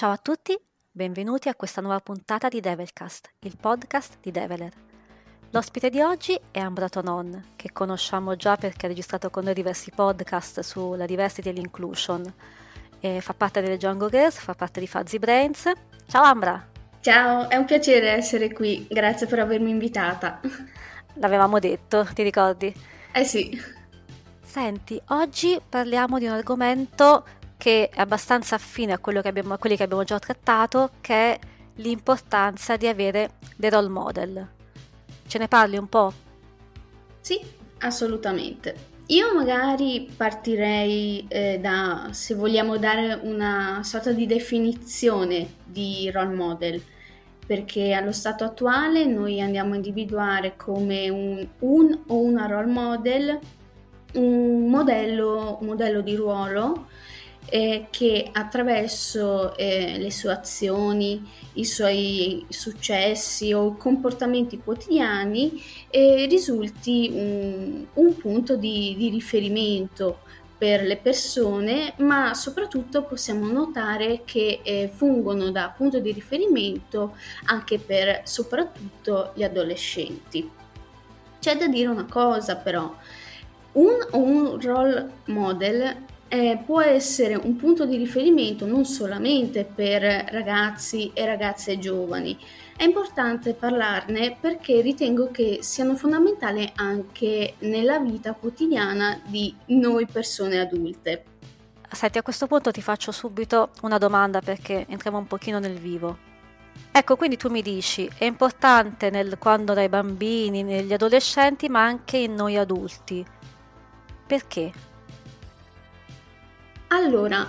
Ciao a tutti, benvenuti a questa nuova puntata di Develcast, il podcast di Develer. L'ospite di oggi è Ambra Tonon, che conosciamo già perché ha registrato con noi diversi podcast sulla diversity e l'inclusion. Fa parte delle Django Girls, fa parte di Fuzzy Brains. Ciao Ambra! Ciao, è un piacere essere qui, grazie per avermi invitata. L'avevamo detto, ti ricordi? Eh sì. Senti, oggi parliamo di un argomento che è abbastanza affine a quelli che abbiamo già trattato, che è l'importanza di avere dei role model. Ce ne parli un po'? Sì, assolutamente. Io magari partirei da, se vogliamo dare una sorta di definizione di role model, perché allo stato attuale noi andiamo a individuare come un o una role model un modello di ruolo che attraverso le sue azioni, i suoi successi o comportamenti quotidiani risulti un punto di riferimento per le persone, ma soprattutto possiamo notare che fungono da punto di riferimento anche per soprattutto gli adolescenti. C'è da dire una cosa però, un role model può essere un punto di riferimento non solamente per ragazzi e ragazze giovani. È importante parlarne perché ritengo che siano fondamentali anche nella vita quotidiana di noi persone adulte. Senti, a questo punto ti faccio subito una domanda perché entriamo un pochino nel vivo. Ecco, quindi tu mi dici, è importante quando dai bambini, negli adolescenti, ma anche in noi adulti. Perché? Allora,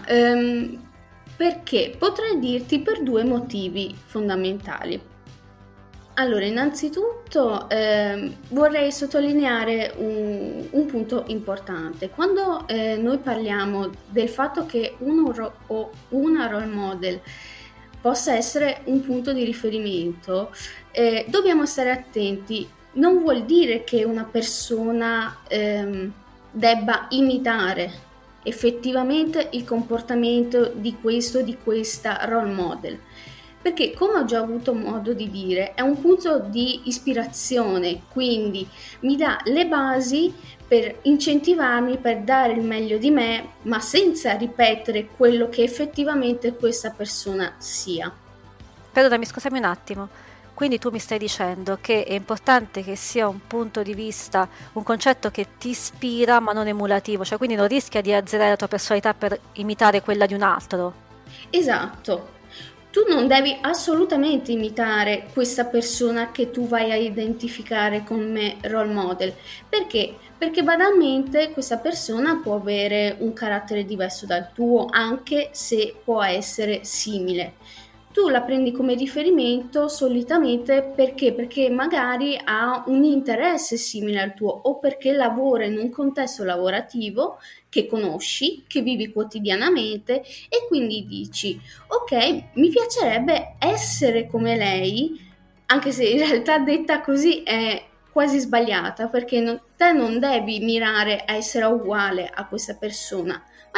perché? Potrei dirti per due motivi fondamentali. Allora, innanzitutto vorrei sottolineare un punto importante. Quando noi parliamo del fatto che uno o una role model possa essere un punto di riferimento, dobbiamo stare attenti. Non vuol dire che una persona debba imitare effettivamente il comportamento di questo o di questa role model. Perché, come ho già avuto modo di dire, è un punto di ispirazione, quindi mi dà le basi per incentivarmi, per dare il meglio di me, ma senza ripetere quello che effettivamente questa persona sia. Perdonami, scusami un attimo. Quindi tu mi stai dicendo che è importante che sia un punto di vista, un concetto che ti ispira ma non emulativo, cioè quindi non rischia di azzerare la tua personalità per imitare quella di un altro. Esatto. Tu non devi assolutamente imitare questa persona che tu vai a identificare come role model. Perché? Perché banalmente questa persona può avere un carattere diverso dal tuo, anche se può essere simile. Tu la prendi come riferimento solitamente perché? Perché magari ha un interesse simile al tuo o perché lavora in un contesto lavorativo che conosci, che vivi quotidianamente e quindi dici ok, mi piacerebbe essere come lei, anche se in realtà detta così è quasi sbagliata perché te non devi mirare a essere uguale a questa persona, ma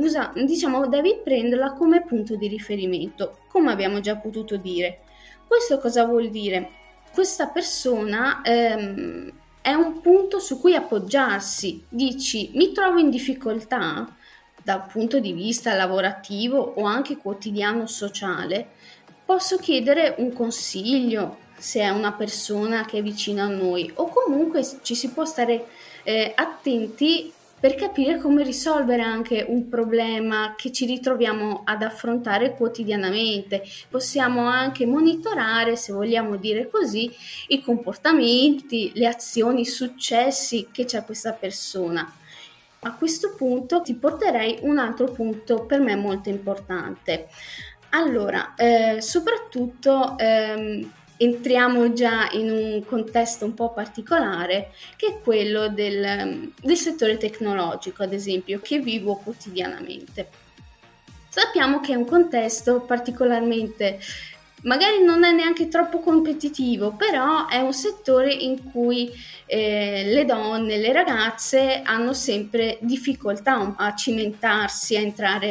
devi prenderla come punto di riferimento, come abbiamo già potuto dire. Questo cosa vuol dire? Questa persona è un punto su cui appoggiarsi. Dici, mi trovo in difficoltà dal punto di vista lavorativo o anche quotidiano sociale, posso chiedere un consiglio se è una persona che è vicina a noi o comunque ci si può stare attenti per capire come risolvere anche un problema che ci ritroviamo ad affrontare quotidianamente. Possiamo anche monitorare, se vogliamo dire così, i comportamenti, le azioni, i successi che c'ha questa persona. A questo punto ti porterei un altro punto per me molto importante. Allora, soprattutto entriamo già in un contesto un po' particolare che è quello del settore tecnologico, ad esempio, che vivo quotidianamente. Sappiamo che è un contesto particolarmente, magari non è neanche troppo competitivo, però è un settore in cui le donne, le ragazze hanno sempre difficoltà a cimentarsi, a entrare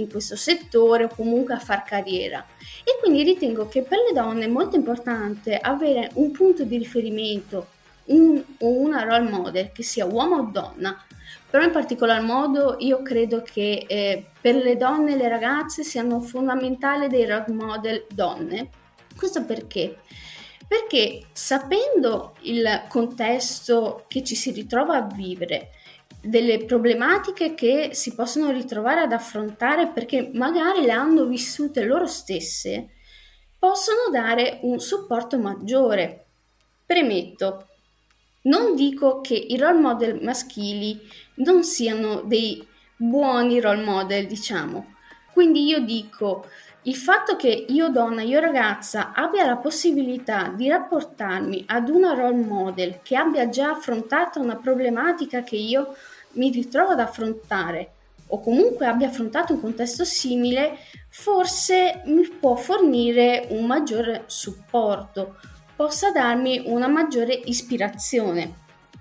in questo settore o comunque a far carriera. E quindi ritengo che per le donne è molto importante avere un punto di riferimento, o una role model, che sia uomo o donna. Però in particolar modo io credo che per le donne e le ragazze siano fondamentali dei role model donne. Questo perché? Perché sapendo il contesto che ci si ritrova a vivere, delle problematiche che si possono ritrovare ad affrontare perché magari le hanno vissute loro stesse, possono dare un supporto maggiore. Premetto, non dico che i role model maschili non siano dei buoni role model, diciamo. Quindi io dico, il fatto che io donna, io ragazza abbia la possibilità di rapportarmi ad una role model che abbia già affrontato una problematica che io mi ritrovo ad affrontare o comunque abbia affrontato un contesto simile, forse mi può fornire un maggiore supporto, possa darmi una maggiore ispirazione.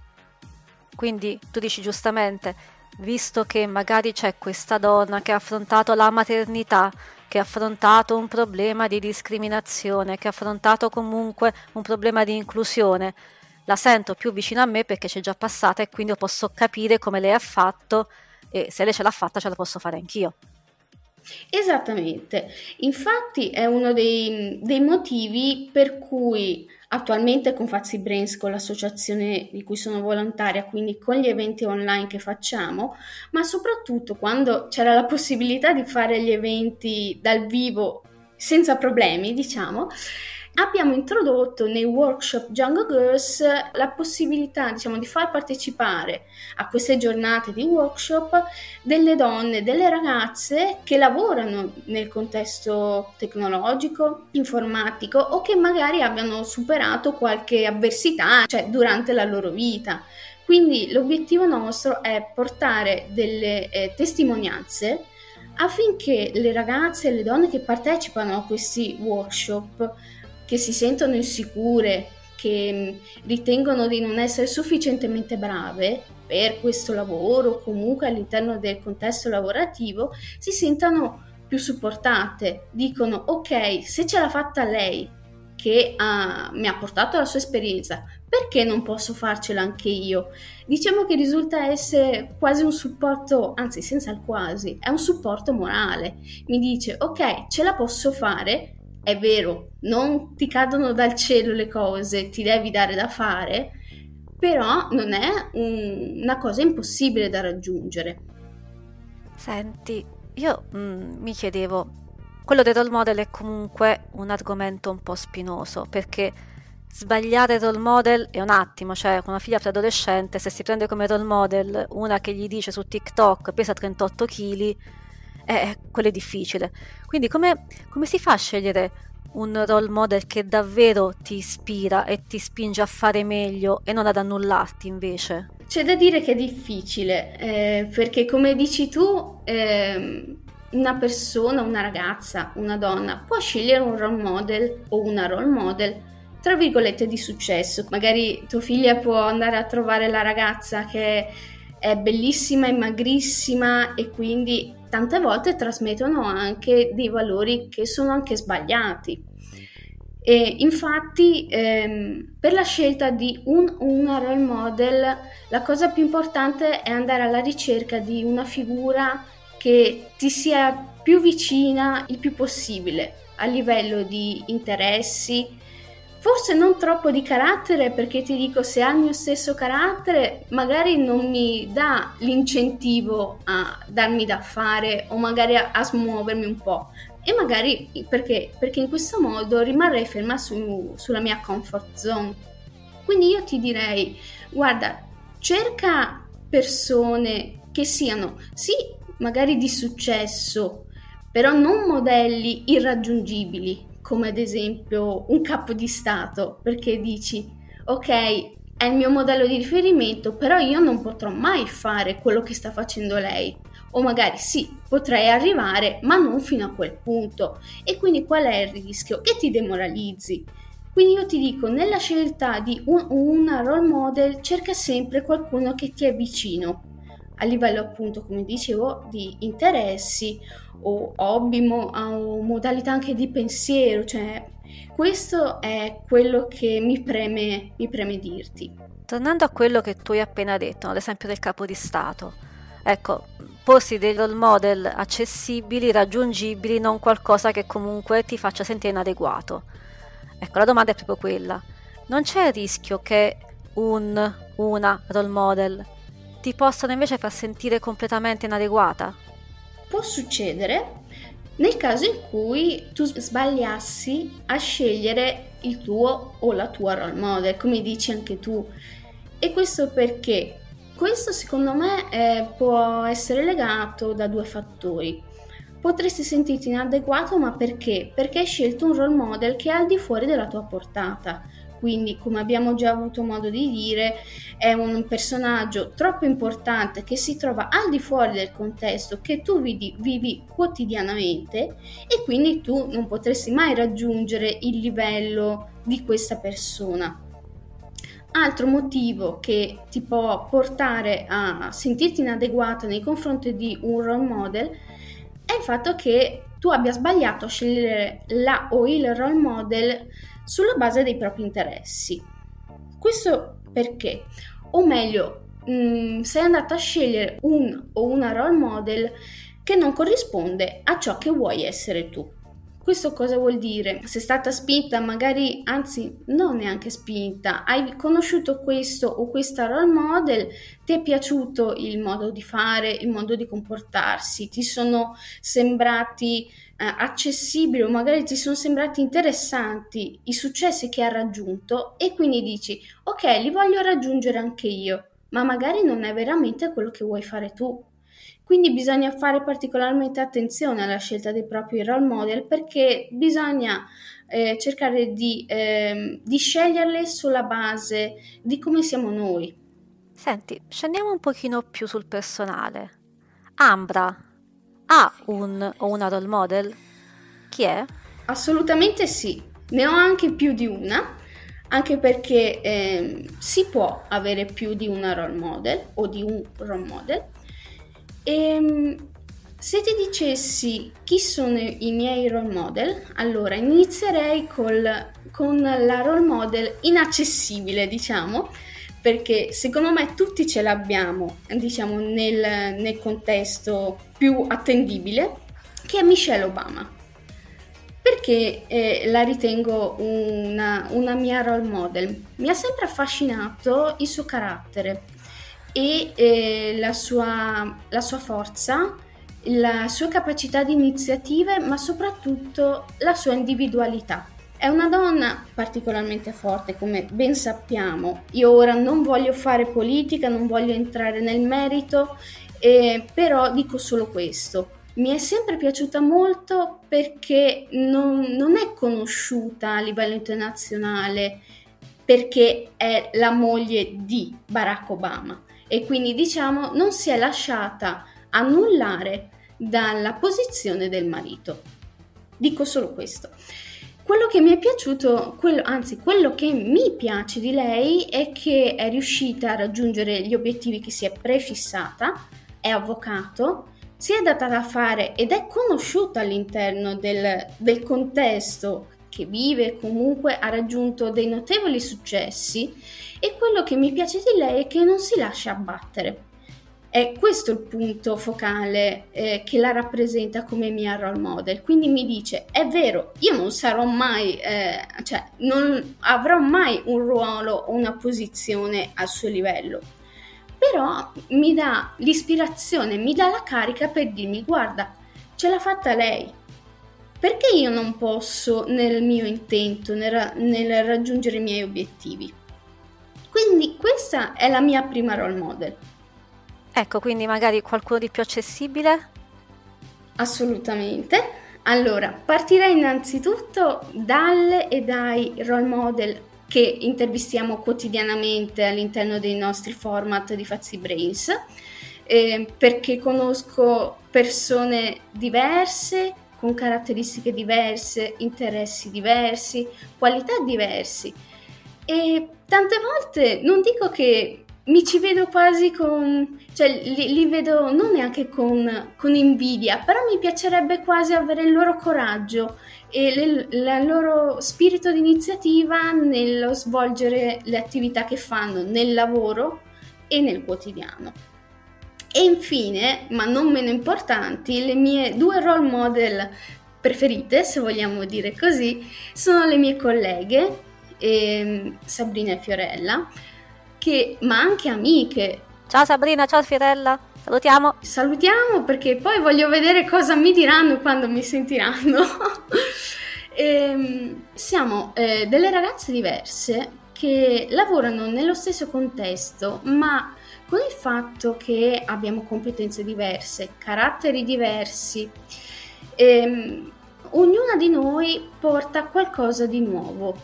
Quindi tu dici giustamente, visto che magari c'è questa donna che ha affrontato la maternità, che ha affrontato un problema di discriminazione, che ha affrontato comunque un problema di inclusione, la sento più vicino a me perché c'è già passata e quindi io posso capire come lei ha fatto e se lei ce l'ha fatta ce la posso fare anch'io. Esattamente, infatti è uno dei motivi per cui attualmente con Fazzi Brains, con l'associazione di cui sono volontaria, quindi con gli eventi online che facciamo, ma soprattutto quando c'era la possibilità di fare gli eventi dal vivo senza problemi, diciamo, abbiamo introdotto nei workshop Jungle Girls la possibilità, diciamo, di far partecipare a queste giornate di workshop delle donne, delle ragazze che lavorano nel contesto tecnologico, informatico o che magari abbiano superato qualche avversità, cioè durante la loro vita. Quindi l'obiettivo nostro è portare delle testimonianze affinché le ragazze e le donne che partecipano a questi workshop, che si sentono insicure, che ritengono di non essere sufficientemente brave per questo lavoro o comunque all'interno del contesto lavorativo, si sentano più supportate, dicono ok, se ce l'ha fatta lei che mi ha portato la sua esperienza, perché non posso farcela anche io? Diciamo che risulta essere quasi un supporto, anzi senza il quasi, è un supporto morale. Mi dice ok, ce la posso fare, è vero, non ti cadono dal cielo le cose, ti devi dare da fare, però non è una cosa impossibile da raggiungere. Senti, io mi chiedevo, quello dei role model è comunque un argomento un po' spinoso, perché sbagliare role model è un attimo, cioè con una figlia preadolescente, se si prende come role model una che gli dice su TikTok pesa 38 kg, quello è difficile. Quindi come si fa a scegliere un role model che davvero ti ispira e ti spinge a fare meglio e non ad annullarti invece? C'è da dire che è difficile, perché come dici tu, una persona, una ragazza, una donna può scegliere un role model o una role model tra virgolette di successo. Magari tua figlia può andare a trovare la ragazza che è bellissima e magrissima e quindi tante volte trasmettono anche dei valori che sono anche sbagliati. E infatti per la scelta di una role model la cosa più importante è andare alla ricerca di una figura che ti sia più vicina il più possibile a livello di interessi, forse non troppo di carattere, perché ti dico, se ha il mio stesso carattere magari non mi dà l'incentivo a darmi da fare o magari a smuovermi un po', e magari perché in questo modo rimarrei ferma sulla mia comfort zone. Quindi io ti direi, guarda, cerca persone che siano sì magari di successo, però non modelli irraggiungibili, come ad esempio un capo di stato, perché dici ok, è il mio modello di riferimento, però io non potrò mai fare quello che sta facendo lei, o magari sì, potrei arrivare, ma non fino a quel punto. E quindi qual è il rischio? Che ti demoralizzi. Quindi io ti dico, nella scelta di una role model cerca sempre qualcuno che ti è vicino a livello appunto, come dicevo, di interessi o hobby o modalità anche di pensiero, cioè questo è quello che mi preme dirti. Tornando a quello che tu hai appena detto, ad esempio del capo di Stato, ecco, porsi dei role model accessibili, raggiungibili, non qualcosa che comunque ti faccia sentire inadeguato. Ecco, la domanda è proprio quella. Non c'è il rischio che una role model ti possano invece far sentire completamente inadeguata? Può succedere nel caso in cui tu sbagliassi a scegliere il tuo o la tua role model, come dici anche tu. E questo perché? Questo secondo me può essere legato da due fattori. Potresti sentirti inadeguato, ma perché? Perché hai scelto un role model che è al di fuori della tua portata. Quindi, come abbiamo già avuto modo di dire, è un personaggio troppo importante che si trova al di fuori del contesto che tu vivi quotidianamente, e quindi tu non potresti mai raggiungere il livello di questa persona. Altro motivo che ti può portare a sentirti inadeguata nei confronti di un role model è il fatto che tu abbia sbagliato a scegliere la o il role model sulla base dei propri interessi. Questo perché? O meglio, sei andata a scegliere un o una role model che non corrisponde a ciò che vuoi essere tu. Questo cosa vuol dire? Sei stata spinta, magari, anzi, non neanche spinta, hai conosciuto questo o questa role model, ti è piaciuto il modo di fare, il modo di comportarsi, ti sono sembrati accessibili o magari ti sono sembrati interessanti i successi che ha raggiunto, e quindi dici, ok, li voglio raggiungere anche io, ma magari non è veramente quello che vuoi fare tu. Quindi bisogna fare particolarmente attenzione alla scelta dei propri role model, perché bisogna cercare di sceglierle sulla base di come siamo noi. Senti, scendiamo un pochino più sul personale. Ambra ha un o una role model? Chi è? Assolutamente sì, ne ho anche più di una, anche perché si può avere più di una role model o di un role model. Se ti dicessi chi sono i miei role model, allora inizierei con la role model inaccessibile, diciamo, perché secondo me tutti ce l'abbiamo, diciamo, nel contesto più attendibile, che è Michelle Obama. Perché la ritengo una mia role model? Mi ha sempre affascinato il suo carattere e la sua forza, la sua capacità di iniziative, ma soprattutto la sua individualità. È una donna particolarmente forte, come ben sappiamo. Io ora non voglio fare politica, non voglio entrare nel merito, però dico solo questo. Mi è sempre piaciuta molto perché non è conosciuta a livello internazionale, perché è la moglie di Barack Obama, e quindi diciamo non si è lasciata annullare dalla posizione del marito. Dico solo questo. Quello che mi è piaciuto, quello che mi piace di lei è che è riuscita a raggiungere gli obiettivi che si è prefissata, è avvocato, si è data da fare ed è conosciuta all'interno del contesto che vive, comunque ha raggiunto dei notevoli successi, e quello che mi piace di lei è che non si lascia abbattere. È questo il punto focale che la rappresenta come mia role model. Quindi mi dice, è vero, io non sarò mai, non avrò mai un ruolo o una posizione al suo livello, però mi dà l'ispirazione, mi dà la carica per dirmi, guarda, ce l'ha fatta lei. Perché io non posso nel mio intento, nel raggiungere i miei obiettivi? Quindi questa è la mia prima role model. Ecco, quindi magari qualcuno di più accessibile? Assolutamente. Allora, partirei innanzitutto dalle e dai role model che intervistiamo quotidianamente all'interno dei nostri format di Fazzi Brains, perché conosco persone diverse, con caratteristiche diverse, interessi diversi, qualità diversi, e tante volte non dico che mi ci vedo quasi cioè li vedo non neanche con invidia, però mi piacerebbe quasi avere il loro coraggio e il loro spirito di iniziativa nello svolgere le attività che fanno nel lavoro e nel quotidiano. E infine, ma non meno importanti, le mie 2 role model preferite, se vogliamo dire così, sono le mie colleghe, Sabrina e Fiorella, ma anche amiche. Ciao Sabrina, ciao Fiorella, salutiamo. Salutiamo perché poi voglio vedere cosa mi diranno quando mi sentiranno. Siamo delle ragazze diverse che lavorano nello stesso contesto, ma con il fatto che abbiamo competenze diverse, caratteri diversi, ognuna di noi porta qualcosa di nuovo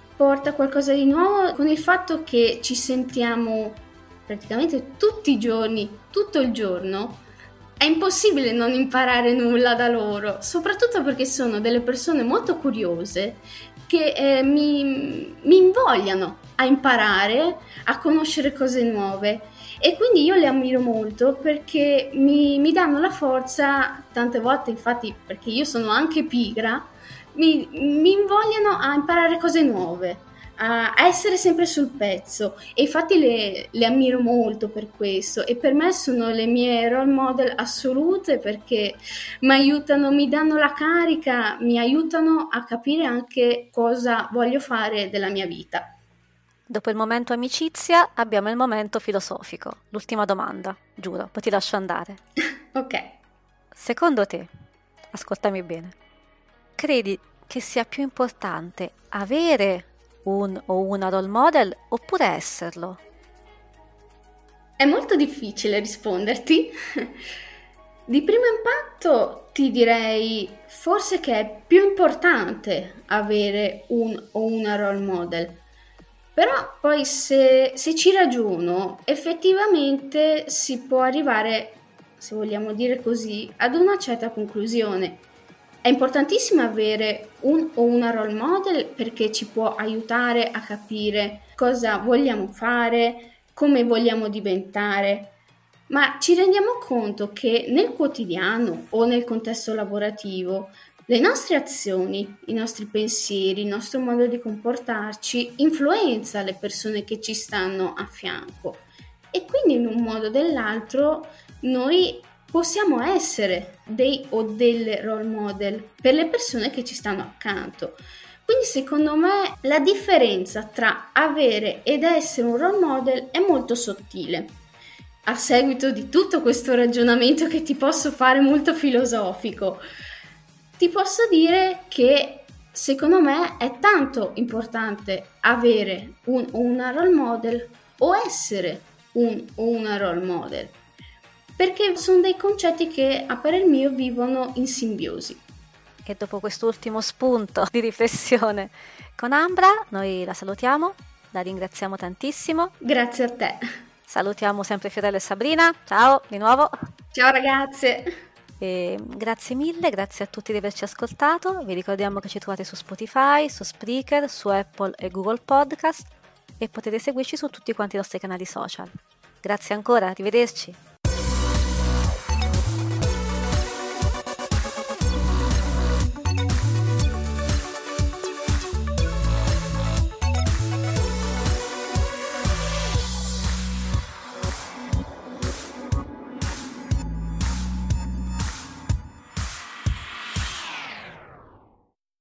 con il fatto che ci sentiamo praticamente tutti i giorni, tutto il giorno. È impossibile non imparare nulla da loro, soprattutto perché sono delle persone molto curiose che mi invogliano a imparare, a conoscere cose nuove, e quindi io le ammiro molto perché mi danno la forza, tante volte infatti perché io sono anche pigra, mi invogliano a imparare cose nuove, a essere sempre sul pezzo, e infatti le ammiro molto per questo, e per me sono le mie role model assolute perché mi aiutano, mi danno la carica, mi aiutano a capire anche cosa voglio fare della mia vita. Dopo il momento amicizia abbiamo il momento filosofico. L'ultima domanda, giuro, poi ti lascio andare. Ok. Secondo te, ascoltami bene, credi che sia più importante avere un o una role model oppure esserlo? È molto difficile risponderti. Di primo impatto ti direi forse che è più importante avere un o una role model. Però poi se ci ragiono, effettivamente si può arrivare, se vogliamo dire così, ad una certa conclusione. È importantissimo avere un o una role model perché ci può aiutare a capire cosa vogliamo fare, come vogliamo diventare, ma ci rendiamo conto che nel quotidiano o nel contesto lavorativo le nostre azioni, i nostri pensieri, il nostro modo di comportarci influenza le persone che ci stanno a fianco, e quindi in un modo o dell'altro noi possiamo essere dei o delle role model per le persone che ci stanno accanto. Quindi secondo me la differenza tra avere ed essere un role model è molto sottile. A seguito di tutto questo ragionamento che ti posso fare molto filosofico, ti posso dire che secondo me è tanto importante avere un o una role model o essere un o una role model, perché sono dei concetti che a parer mio vivono in simbiosi. E dopo quest'ultimo spunto di riflessione con Ambra, noi la salutiamo, la ringraziamo tantissimo. Grazie a te. Salutiamo sempre Fiorella e Sabrina, ciao di nuovo. Ciao ragazze. E grazie mille, grazie a tutti di averci ascoltato. Vi ricordiamo che ci trovate su Spotify, su Spreaker, su Apple e Google Podcast, e potete seguirci su tutti quanti i nostri canali social. Grazie ancora, arrivederci.